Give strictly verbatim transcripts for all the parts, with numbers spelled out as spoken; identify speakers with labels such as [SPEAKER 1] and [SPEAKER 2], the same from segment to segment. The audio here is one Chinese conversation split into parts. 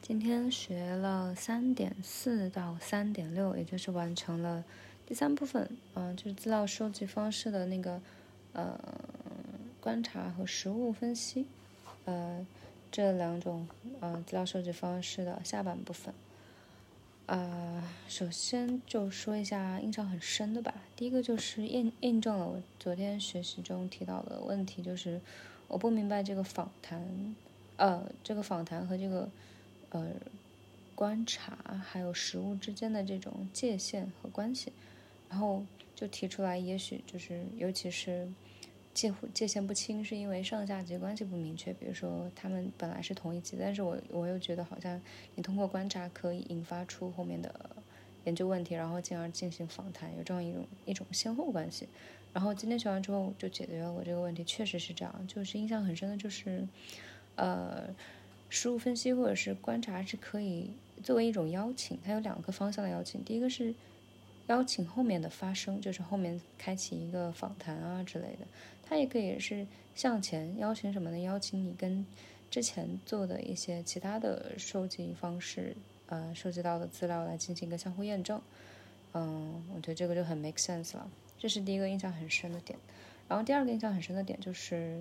[SPEAKER 1] 今天学了三点四到三点六，也就是完成了第三部分，嗯、呃，就是资料收集方式的那个呃观察和实物分析，呃这两种呃资料收集方式的下半部分。呃，首先就说一下印象很深的吧。第一个就是印印证了我昨天学习中提到的问题，就是我不明白这个访谈，呃，这个访谈和这个呃观察还有实物之间的这种界限和关系，然后就提出来，也许就是尤其是界界限不清，是因为上下级关系不明确。比如说他们本来是同一级，但是我我又觉得好像你通过观察可以引发出后面的研究问题，然后进而进行访谈，有这样一种一种先后关系。然后今天学完之后就解决了我这个问题，确实是这样。就是印象很深的就是，呃，实物分析或者是观察是可以作为一种邀请，它有两个方向的邀请。第一个是邀请后面的发生，就是后面开启一个访谈啊之类的。它也可以是向前邀请什么呢？邀请你跟之前做的一些其他的收集方式，呃，收集到的资料来进行一个相互验证。嗯，我觉得这个就很 make sense 了。这是第一个印象很深的点。然后第二个印象很深的点就是，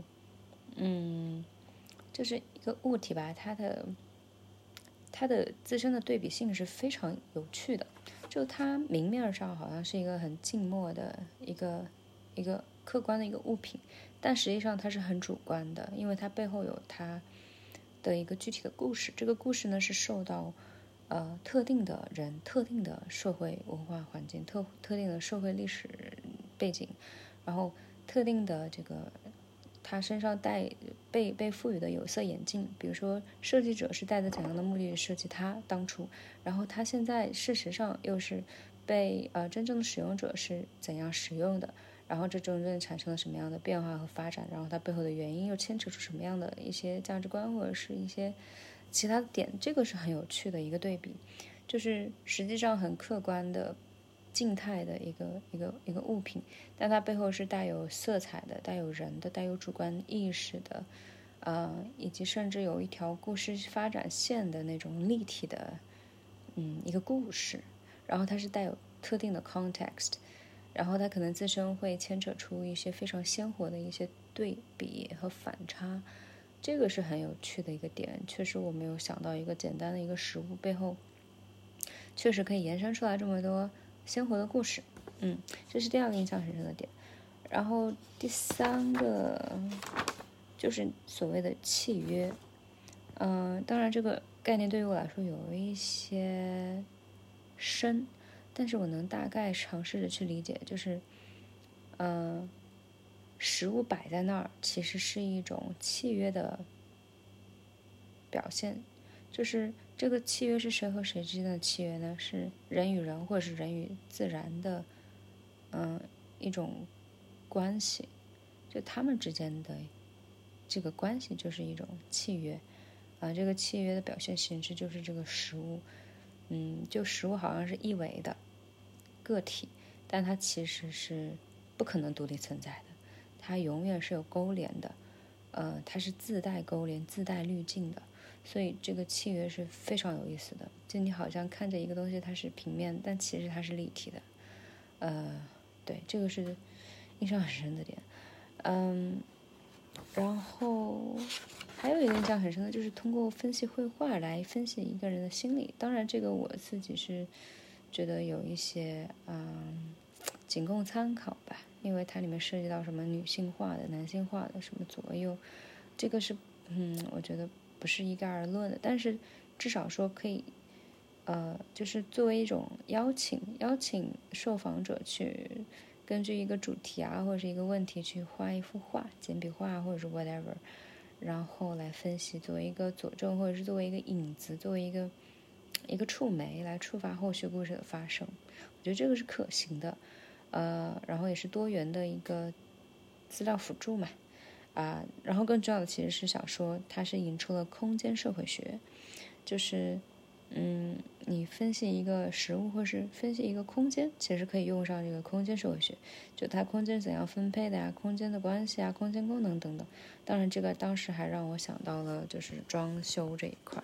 [SPEAKER 1] 嗯，就是一个物体吧，它的它的自身的对比性是非常有趣的。就它明面上好像是一个很静默的一个一个客观的一个物品，但实际上它是很主观的，因为它背后有它的一个具体的故事。这个故事呢是受到呃特定的人、特定的社会文化环境、特特定的社会历史背景，然后特定的这个他身上带被被赋予的有色眼镜，比如说设计者是带着怎样的目的设计它当初，然后他现在事实上又是被呃真正的使用者是怎样使用的，然后这中间产生了什么样的变化和发展，然后它背后的原因又牵扯出什么样的一些价值观或者是一些其他的点，这个是很有趣的一个对比，就是实际上很客观的静态的一个一个一个物品，但它背后是带有色彩的、带有人的、带有主观意识的，呃，以及甚至有一条故事发展线的那种立体的，嗯，一个故事。然后它是带有特定的 context， 然后它可能自身会牵扯出一些非常鲜活的一些对比和反差，这个是很有趣的一个点。确实我没有想到一个简单的一个食物背后，确实可以延伸出来这么多鲜活的故事。嗯，这是第二个印象很深的点。然后第三个就是所谓的契约。嗯、呃，当然这个概念对于我来说有一些深，但是我能大概尝试着去理解，就是嗯、呃，食物摆在那儿其实是一种契约的表现，就是这个契约是谁和谁之间的契约呢？是人与人或者是人与自然的嗯一种关系，就他们之间的这个关系就是一种契约啊。这个契约的表现形式就是这个食物，嗯，就食物好像是一维的个体，但它其实是不可能独立存在的，它永远是有勾连的，呃，它是自带勾连、自带滤镜的。所以这个契约是非常有意思的，就你好像看着一个东西它是平面，但其实它是立体的。呃，对，这个是印象很深的点。嗯，然后还有一个印象很深的就是通过分析绘画来分析一个人的心理。当然这个我自己是觉得有一些嗯仅供参考吧，因为它里面涉及到什么女性化的、男性化的什么左右，这个是嗯我觉得不是一概而论的，但是至少说可以呃就是作为一种邀请邀请受访者去根据一个主题啊或者是一个问题去画一幅画，简笔画或者是 whatever， 然后来分析，作为一个佐证或者是作为一个引子，作为一个一个触媒来触发后续故事的发生，我觉得这个是可行的。呃，然后也是多元的一个资料辅助嘛，啊、呃，然后更重要的其实是想说，它是引出了空间社会学，就是，嗯，你分析一个实物或是分析一个空间，其实可以用上这个空间社会学，就它空间怎样分配的呀，空间的关系啊，空间功能等等。当然，这个当时还让我想到了就是装修这一块，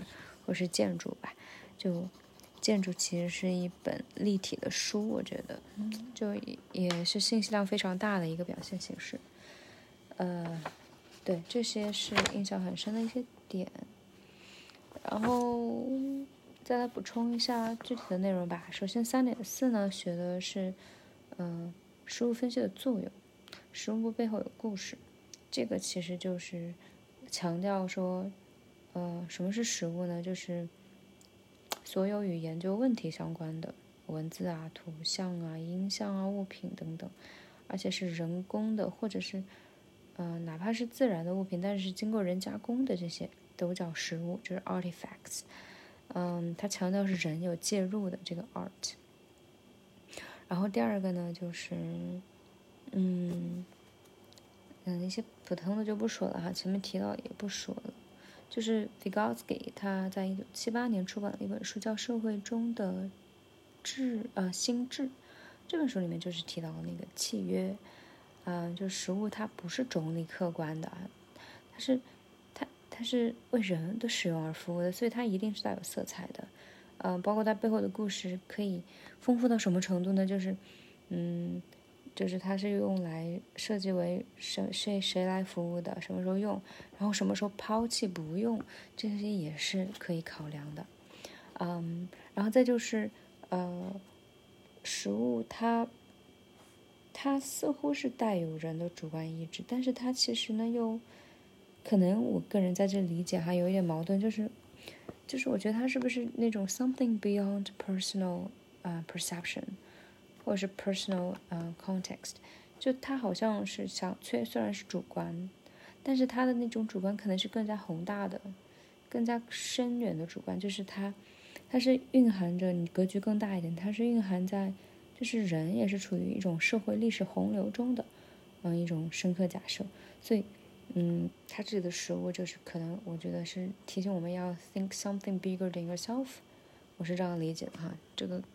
[SPEAKER 1] 或是建筑吧。就建筑其实是一本立体的书，我觉得，就也是信息量非常大的一个表现形式。呃，对，这些是印象很深的一些点。然后再来补充一下具体的内容吧。首先三点四呢，学的是，嗯、呃，实物分析的作用。实物背后有故事，这个其实就是强调说，呃，什么是实物呢？就是所有与研究问题相关的文字啊、图像啊、音像啊、物品等等，而且是人工的，或者是，呃，哪怕是自然的物品，但是经过人加工的这些都叫实物，就是 artifacts。嗯，它强调是人有介入的这个 art。然后第二个呢，就是，嗯嗯，一些普通的就不说了哈，前面提到也不说了。就是 Vygotsky 他在一九七八年出版了一本书，叫《社会中的智呃心智》。这本书里面就是提到那个契约，嗯、呃，就实物它不是中立客观的，它是它它是为人的使用而服务的，所以它一定是带有色彩的。嗯、呃，包括它背后的故事可以丰富到什么程度呢？就是嗯。就是它是用来设计为谁谁谁来服务的，什么时候用，然后什么时候抛弃不用，这些也是可以考量的。嗯，然后再就是呃，食物它它似乎是带有人的主观意志，但是它其实呢又可能我个人在这理解还有一点矛盾，就是就是我觉得它是不是那种 something beyond personal 呃 perception。或者是 personal 呃 context， 就它好像是想虽虽然是主观，但是它的那种主观可能是更加宏大的、更加深远的主观，就是它它是蕴含着你格局更大一点，它是蕴含在就是人也是处于一种社会历史洪流中的嗯一种深刻假设，所以嗯，它这里的实物就是可能我觉得是提醒我们要 think something bigger than yourself， 我是这样理解的哈，这个。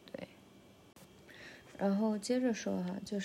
[SPEAKER 1] 然后接着说哈，就是，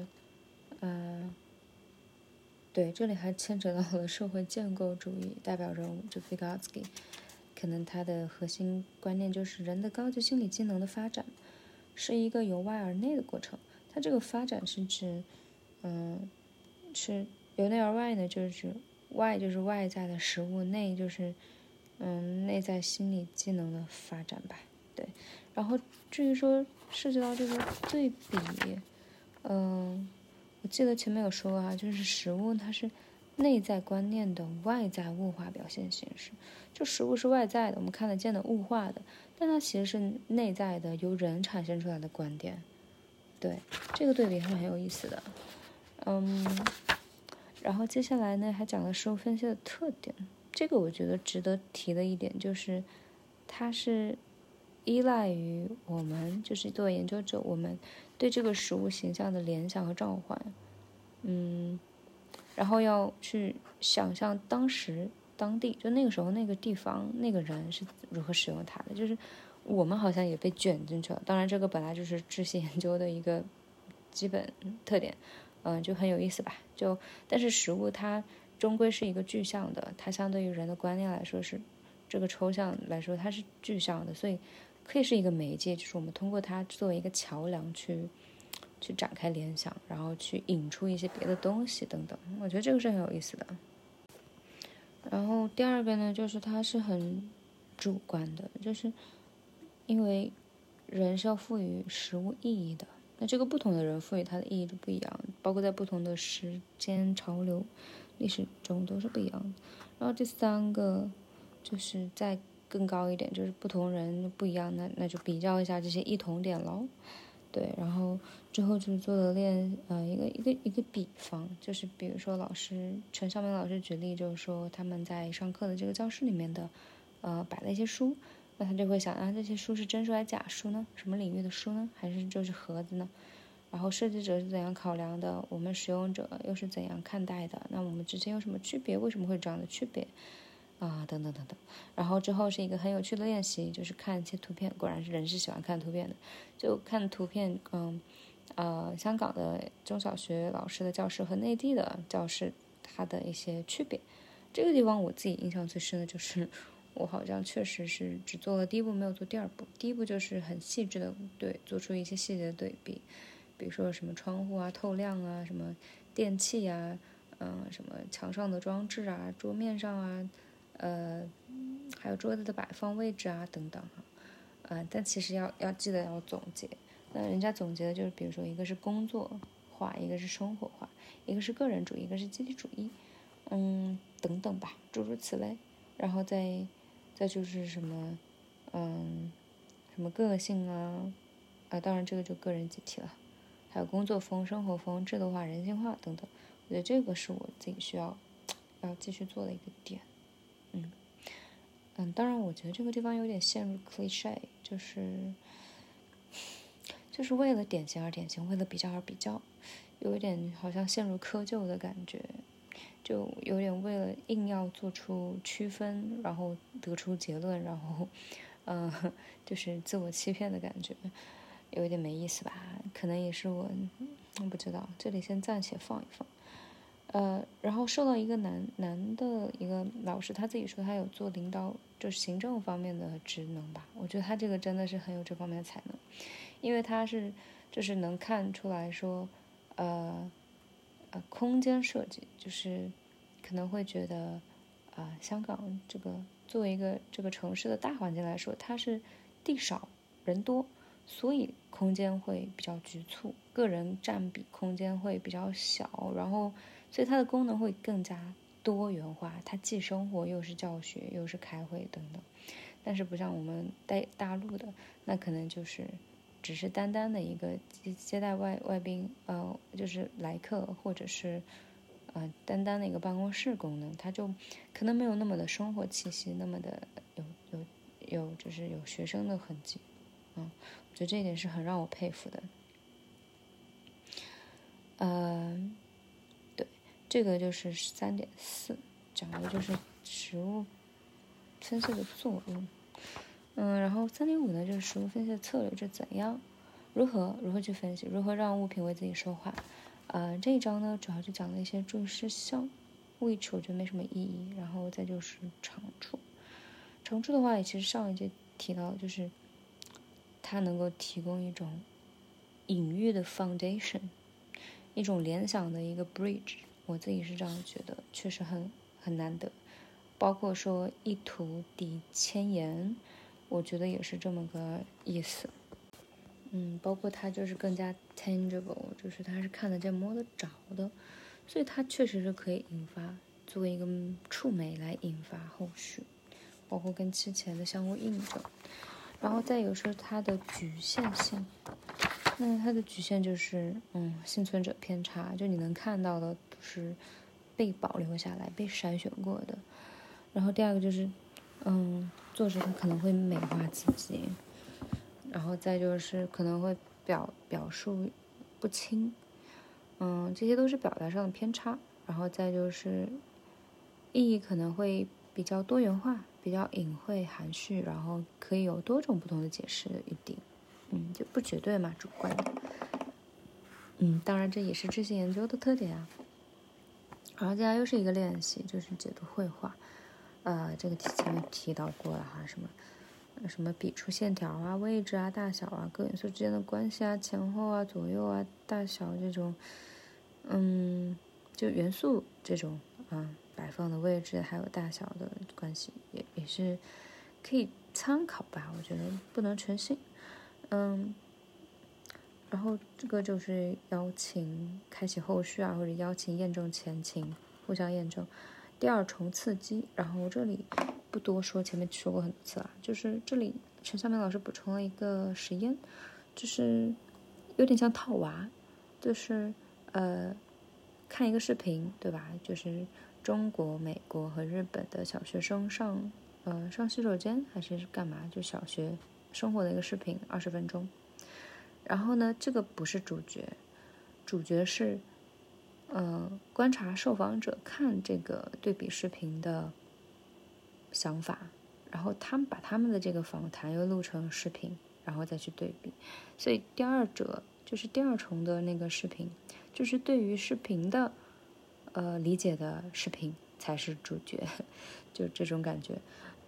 [SPEAKER 1] 呃，对，这里还牵扯到了社会建构主义代表人物，就 Vygotsky， 可能他的核心观念就是人的高级心理机能的发展是一个由外而内的过程。它这个发展是指，嗯，是由内而外呢，就是指外就是外在的食物，内就是嗯内在心理机能的发展吧。对，然后至于说涉及到这个对比，嗯，我记得前面有说啊，就是食物它是内在观念的外在物化表现形式，就食物是外在的，我们看得见的物化的，但它其实是内在的，由人产生出来的观点。对，这个对比还是很有意思的。嗯，然后接下来呢，还讲了食物分析的特点。这个我觉得值得提的一点就是，它是依赖于我们，就是作为研究者，我们对这个食物形象的联想和召唤，嗯，然后要去想象当时当地，就那个时候那个地方那个人是如何使用它的，就是我们好像也被卷进去了。当然，这个本来就是知识研究的一个基本特点，嗯，就很有意思吧。就但是食物它终归是一个具象的，它相对于人的观念来说是这个抽象来说它是具象的，所以可以是一个媒介，就是我们通过它作为一个桥梁去去展开联想，然后去引出一些别的东西等等。我觉得这个是很有意思的。然后第二个呢，就是它是很主观的，就是因为人是要赋予食物意义的，那这个不同的人赋予它的意义就不一样，包括在不同的时间潮流、历史中都是不一样的。然后第三个就是再更高一点，就是不同人不一样，那那就比较一下这些异同点喽。对，然后之后就是做了练呃一个一个一个比方，就是比如说老师陈晓明老师举例，就是说他们在上课的这个教室里面的，呃摆了一些书，那他就会想啊这些书是真书还是假书呢？什么领域的书呢？还是就是盒子呢？然后设计者是怎样考量的？我们使用者又是怎样看待的？那我们之间有什么区别？为什么会有这样的区别？啊，等等等等，然后之后是一个很有趣的练习，就是看一些图片，果然是人是喜欢看图片的，就看图片，嗯，呃，香港的中小学老师的教室和内地的教室，它的一些区别。这个地方我自己印象最深的就是， 我好像确实是只做了第一步，没有做第二步。第一步就是很细致的对做出一些细节的对比，比如说什么窗户啊透亮啊，什么电器啊，嗯，什么墙上的装置啊，桌面上啊，呃，还有桌子的摆放位置啊等等哈，呃，但其实要要记得要总结。那人家总结的就是，比如说一个是工作化，一个是生活化，一个是个人主义，一个是集体主义，嗯，等等吧，诸如此类。然后再再就是什么，嗯，什么个性啊，啊，当然这个就个人集体了，还有工作风、生活风、制度化、人性化等等。我觉得这个是我自己需要要继续做的一个点，嗯嗯，当然我觉得这个地方有点陷入 cliche，就是就是为了典型而典型，为了比较而比较，有一点好像陷入窠臼的感觉，就有点为了硬要做出区分，然后得出结论，然后，嗯、呃，就是自我欺骗的感觉，有一点没意思吧？可能也是我，不知道，这里先暂且放一放。呃，然后受到一个男男的一个老师，他自己说他有做领导，就是行政方面的职能吧。我觉得他这个真的是很有这方面的才能，因为他是就是能看出来说，呃呃，空间设计就是可能会觉得，啊、香港这个作为一个这个城市的大环境来说，它是地少人多，所以空间会比较局促，个人占比空间会比较小，然后。所以它的功能会更加多元化，它既生活又是教学又是开会等等，但是不像我们大大陆的，那可能就是只是单单的一个接接待外外宾，呃，就是来客或者是呃单单的一个办公室功能，它就可能没有那么的生活气息，那么的有有有就是有学生的痕迹，嗯，我觉得这一点是很让我佩服的，呃。这个就是三点四，讲的就是实物分析的作用。嗯，然后三点五呢，就是实物分析的策略，就怎样，如何如何去分析，如何让物品为自己说话。呃，这一章呢，主要就讲了一些注意事项，which 我觉得没什么意义。然后再就是长处，长处的话，也其实上一节提到，就是它能够提供一种隐喻的 foundation，一种联想的一个 bridge。我自己是这样觉得，确实很很难得。包括说一图抵千言，我觉得也是这么个意思。嗯，包括它就是更加 tangible，就是它是看得见、摸得着的，所以它确实是可以引发作为一个触媒来引发后续，包括跟之前的相互印证。然后再有说它的局限性。那它的局限就是，嗯，幸存者偏差，就你能看到的都是被保留下来、被筛选过的。然后第二个就是，嗯，作者他可能会美化自己，然后再就是可能会表表述不清，嗯，这些都是表达上的偏差。然后再就是意义可能会比较多元化、比较隐晦含蓄，然后可以有多种不同的解释的余地。嗯，就不绝对嘛，主观的。嗯，当然这也是知识研究的特点啊。然后接下来又是一个练习，就是解读绘画。呃，这个题前面提到过了哈，什么什么笔触线条啊、位置啊、大小啊、各元素之间的关系啊、前后啊、左右啊、大小这种，嗯，就元素这种嗯摆放的位置还有大小的关系，也也是可以参考吧，我觉得不能全信。嗯，然后这个就是邀请开启后续啊，或者邀请验证前情，互相验证。第二重刺激，然后这里不多说，前面说过很多次了，就是这里陈晓明老师补充了一个实验，就是有点像套娃，就是呃看一个视频，对吧？就是中国、美国和日本的小学生上呃上洗手间还是干嘛，就小学生活的一个视频，二十分钟。然后呢，这个不是主角，主角是呃观察受访者看这个对比视频的想法，然后他们把他们的这个访谈又录成视频，然后再去对比。所以第二者就是第二重的那个视频，就是对于视频的呃理解的视频才是主角，就这种感觉。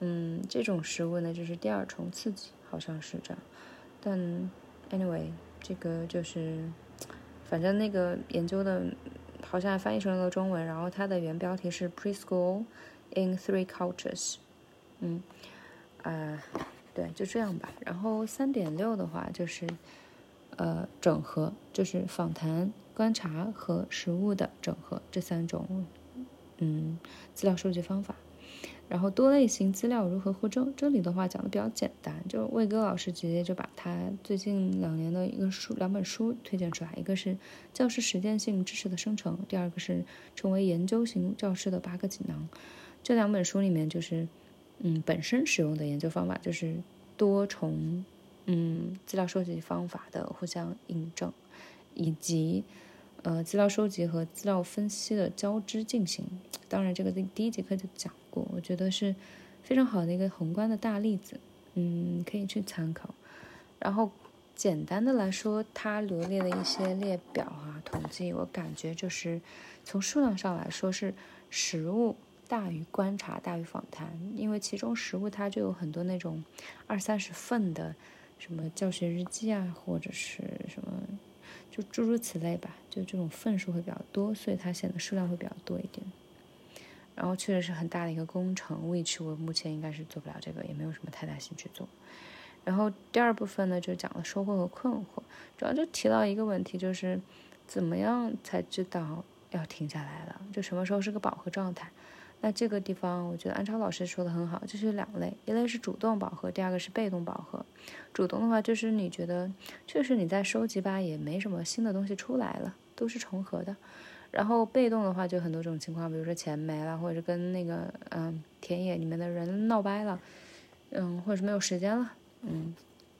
[SPEAKER 1] 嗯，这种食物呢就是第二重刺激，好像是这样。但 anyway， 这个就是反正那个研究的好像还翻译成了中文，然后它的原标题是 Preschool in Three Cultures。嗯，啊、呃，对，就这样吧。然后三点六的话就是呃整合，就是访谈、观察和实物的整合这三种嗯资料收集方法。然后多类型资料如何互证，这里的话讲的比较简单，就魏哥老师直接就把他最近两年的一个书两本书推荐出来，一个是教师实践性知识的生成，第二个是成为研究型教师的八个锦囊。这两本书里面就是嗯本身使用的研究方法就是多重嗯资料收集方法的互相印证，以及呃资料收集和资料分析的交织进行。当然这个第一节课就讲过，我觉得是非常好的一个宏观的大例子，嗯，可以去参考。然后简单的来说，它罗列的一些列表啊统计，我感觉就是从数量上来说是实物大于观察大于访谈，因为其中实物它就有很多那种二三十份的什么教学日记啊，或者是什么就诸如此类吧，就这种份数会比较多，所以它显得数量会比较多一点。然后确实是很大的一个工程，which 我目前应该是做不了这个，也没有什么太大兴趣做。然后第二部分呢，就讲了收获和困惑，主要就提到一个问题，就是怎么样才知道要停下来了，就什么时候是个饱和状态。那这个地方我觉得安超老师说的很好，就是两类，一类是主动饱和，第二个是被动饱和。主动的话就是你觉得确实你在收集吧，也没什么新的东西出来了，都是重合的。然后被动的话就很多种情况，比如说钱没了，或者是跟那个嗯田野里面的人闹掰了，嗯，或者是没有时间了，嗯，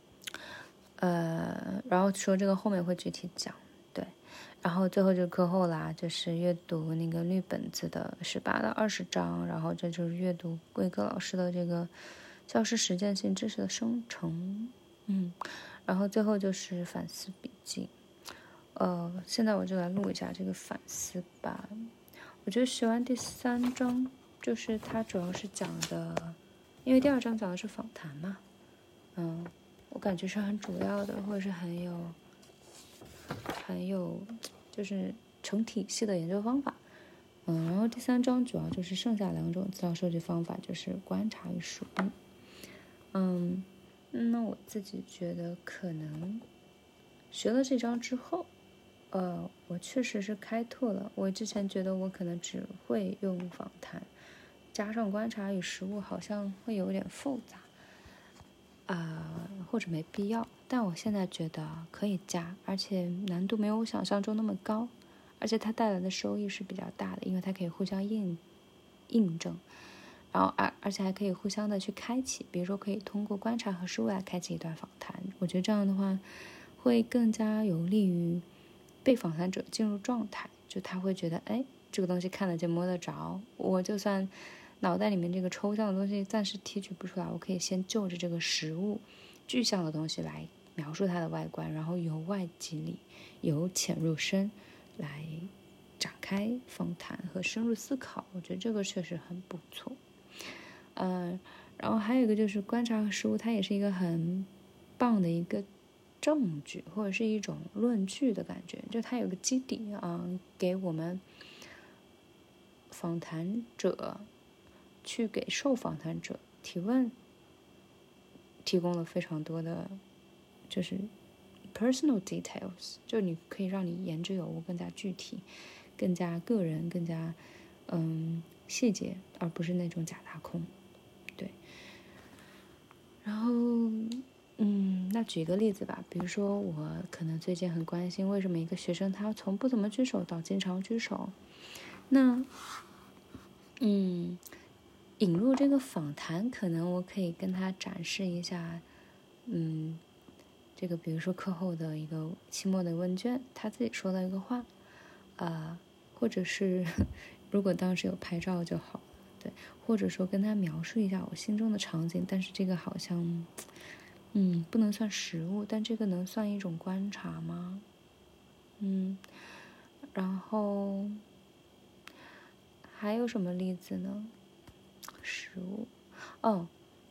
[SPEAKER 1] 呃，然后说这个后面会具体讲，对，然后最后就是课后啦，就是阅读那个绿本子的十八到二十章，然后这就是阅读贵哥老师的这个教师实践性知识的生成，嗯，然后最后就是反思笔记。呃，现在我就来录一下这个反思吧。我觉得学完第三章，就是它主要是讲的，因为第二章讲的是访谈嘛，嗯，我感觉是很主要的，或者是很有、很有，就是成体系的研究方法。嗯，然后第三章主要就是剩下两种资料收集方法，就是观察与实物。嗯，那我自己觉得可能学了这章之后。呃，我确实是开拓了。我之前觉得我可能只会用访谈，加上观察与实物，好像会有点复杂，啊、呃，或者没必要。但我现在觉得可以加，而且难度没有我想象中那么高，而且它带来的收益是比较大的，因为它可以互相印印证，然后而而且还可以互相的去开启，比如说可以通过观察和实物来开启一段访谈。我觉得这样的话，会更加有利于被访谈者进入状态，就他会觉得，哎，这个东西看得见摸得着，我就算脑袋里面这个抽象的东西暂时提取不出来，我可以先就着这个实物具象的东西来描述它的外观，然后由外及里，由浅入深来展开访谈和深入思考。我觉得这个确实很不错。嗯、呃，然后还有一个就是观察和实物，它也是一个很棒的一个证据或者是一种论据的感觉，就它有个基底啊，给我们访谈者去给受访谈者提问提供了非常多的就是 personal details， 就你可以让你言之有物，更加具体，更加个人，更加嗯细节，而不是那种假大空。对，然后嗯，那举一个例子吧，比如说我可能最近很关心为什么一个学生他从不怎么举手到经常举手，那嗯，引入这个访谈，可能我可以跟他展示一下，嗯，这个比如说课后的一个期末的问卷，他自己说的一个话，呃，或者是如果当时有拍照就好，对，或者说跟他描述一下我心中的场景，但是这个好像。嗯，不能算实物，但这个能算一种观察吗？嗯，然后还有什么例子呢？实物，哦，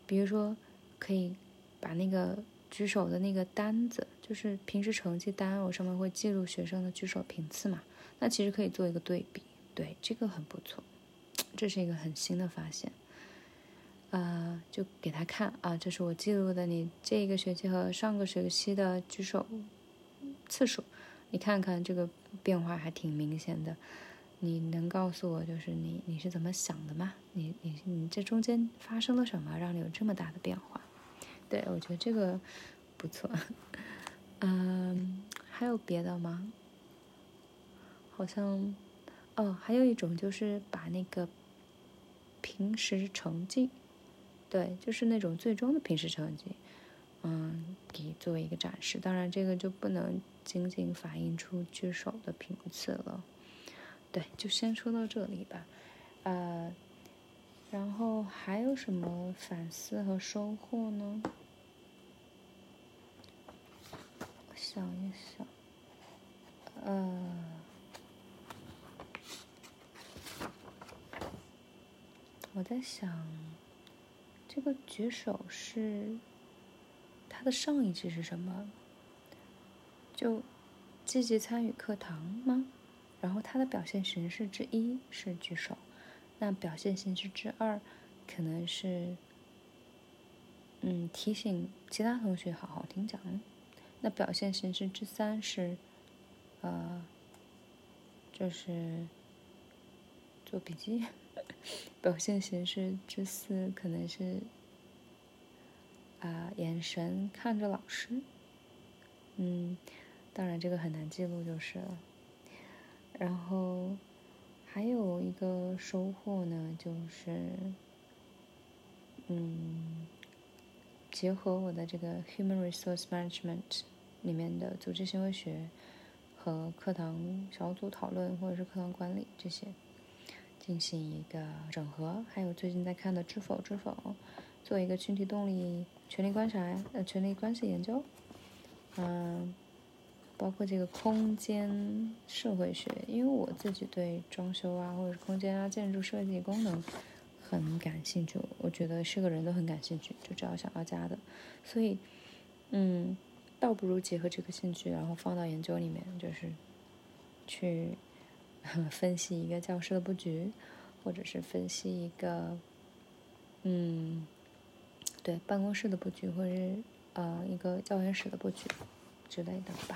[SPEAKER 1] 比如说可以把那个举手的那个单子，就是平时成绩单，我上面会记录学生的举手频次嘛，那其实可以做一个对比，对，这个很不错，这是一个很新的发现。呃，就给他看啊，这是我记录的你这个学期和上个学期的举手次数，你看看这个变化还挺明显的。你能告诉我，就是你你是怎么想的吗？你你你这中间发生了什么，让你有这么大的变化？对，我觉得这个不错。嗯，还有别的吗？好像，哦，还有一种就是把那个平时成绩，对，就是那种最终的平时成绩，嗯，给作为一个展示。当然，这个就不能仅仅反映出举手的频次了。对，就先说到这里吧。呃，然后还有什么反思和收获呢？我想一想，呃，我在想，这个举手是它的上一句是什么？就积极参与课堂吗？然后它的表现形式之一是举手，那表现形式之二可能是，嗯，提醒其他同学好好听讲。那表现形式之三是，呃，就是做笔记。表现形式之四可能是，啊、呃，眼神看着老师。嗯，当然这个很难记录就是了。然后还有一个收获呢，就是嗯，结合我的这个 Human Resource Management 里面的组织行为学和课堂小组讨论或者是课堂管理这些进行一个整合，还有最近在看的知否知否，做一个群体动力权力观察呃权力关系研究，嗯。包括这个空间社会学，因为我自己对装修啊，或者是空间啊、建筑设计功能很感兴趣，我觉得是个人都很感兴趣，就只要想要家的，所以，嗯，倒不如结合这个兴趣，然后放到研究里面，就是去分析一个教室的布局，或者是分析一个，嗯，对，办公室的布局，或者是呃一个教研室的布局之类的吧。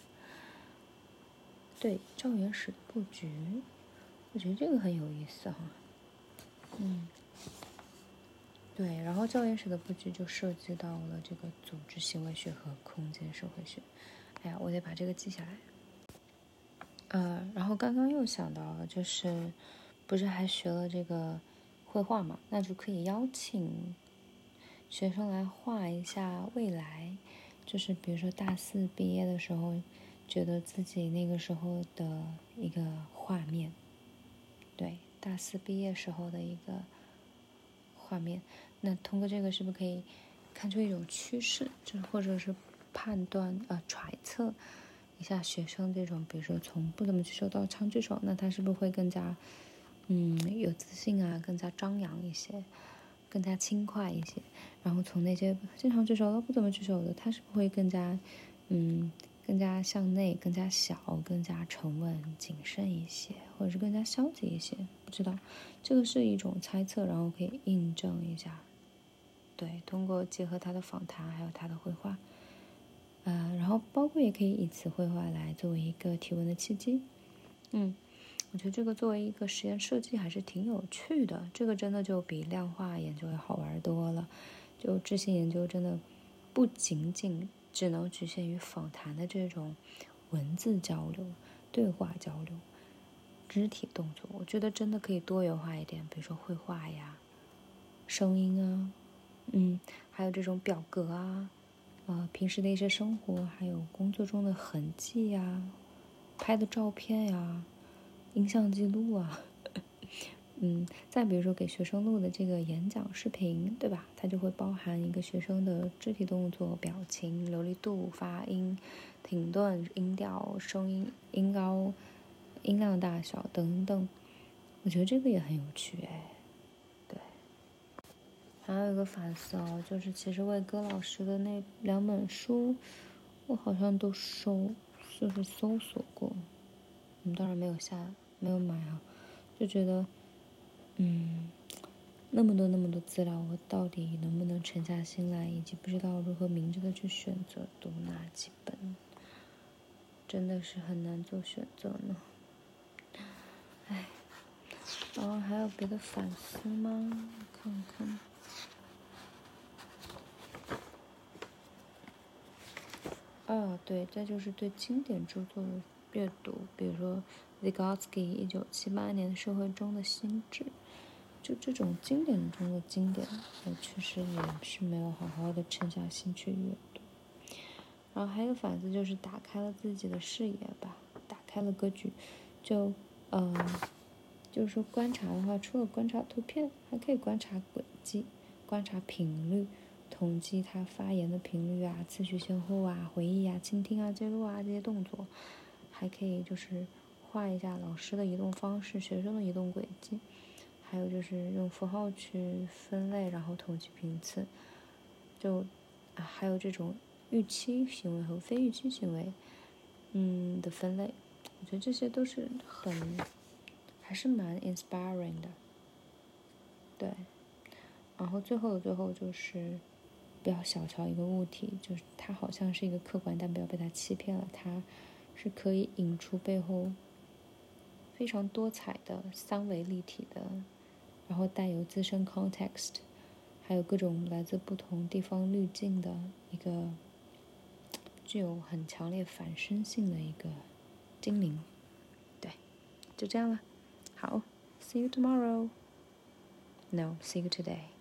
[SPEAKER 1] 对，教研室的布局，我觉得这个很有意思哈。嗯，对，然后教研室的布局就涉及到了这个组织行为学和空间社会学。哎呀，我得把这个记下来。呃，然后刚刚又想到了，就是不是还学了这个绘画嘛？那就可以邀请学生来画一下未来，就是比如说大四毕业的时候，觉得自己那个时候的一个画面，对，大四毕业时候的一个画面。那通过这个是不是可以看出一种趋势，就是或者是判断呃揣测一下学生这种，比如说从不怎么举手到常举手，那他是不是会更加嗯有自信啊，更加张扬一些，更加轻快一些？然后从那些经常举手到不怎么举手的，他是不是会更加嗯更加向内、更加小、更加沉稳、谨慎一些，或者是更加消极一些？不知道，这个是一种猜测，然后可以印证一下。对，通过结合他的访谈，还有他的绘画，呃，然后包括也可以以此绘画来作为一个提问的契机。嗯，我觉得这个作为一个实验设计还是挺有趣的。这个真的就比量化研究要好玩多了。就质性研究真的不仅仅只能局限于访谈的这种文字交流、对话交流、肢体动作，我觉得真的可以多元化一点，比如说绘画呀、声音啊，嗯，还有这种表格啊，呃，平时的一些生活，还有工作中的痕迹呀、拍的照片呀、音像记录啊。嗯，再比如说给学生录的这个演讲视频，对吧？它就会包含一个学生的肢体动作、表情、流利度、发音、停顿、音调、声音、音高、音量大小等等。我觉得这个也很有趣哎。对， 还有一个反思哦，就是其实魏歌老师的那两本书，我好像都搜，就是搜索过，嗯，当然没有下，没有买啊，就觉得，嗯，那么多那么多资料，我到底能不能沉下心来，以及不知道如何明智的去选择读哪几本，真的是很难做选择呢。唉，然后还有别的反思吗？我看看。哦，对，再就是对经典著作的阅读，比如说 Vygotsky 一九七八年《社会中的心智》，就这种经典中的经典，我确实也是没有好好的沉下心去阅读。然后还有反思就是打开了自己的视野吧，打开了格局，就呃，就是说观察的话，除了观察图片，还可以观察轨迹，观察频率。统计他发言的频率啊、次序先后啊、回忆啊、倾听啊、记录啊这些动作，还可以就是画一下老师的移动方式、学生的移动轨迹，还有就是用符号去分类，然后统计频次，就啊还有这种预期行为和非预期行为，嗯的分类，我觉得这些都是很还是蛮 inspiring 的，对，然后最后最后就是。不要小瞧一个物体，就是它好像是一个客观，但不要被它欺骗了。它是可以引出背后非常多彩的、三维立体的，然后带有自身 context， 还有各种来自不同地方滤镜的一个具有很强烈反身性的一个精灵。对，就这样了。好 ，see you tomorrow. No, see you today.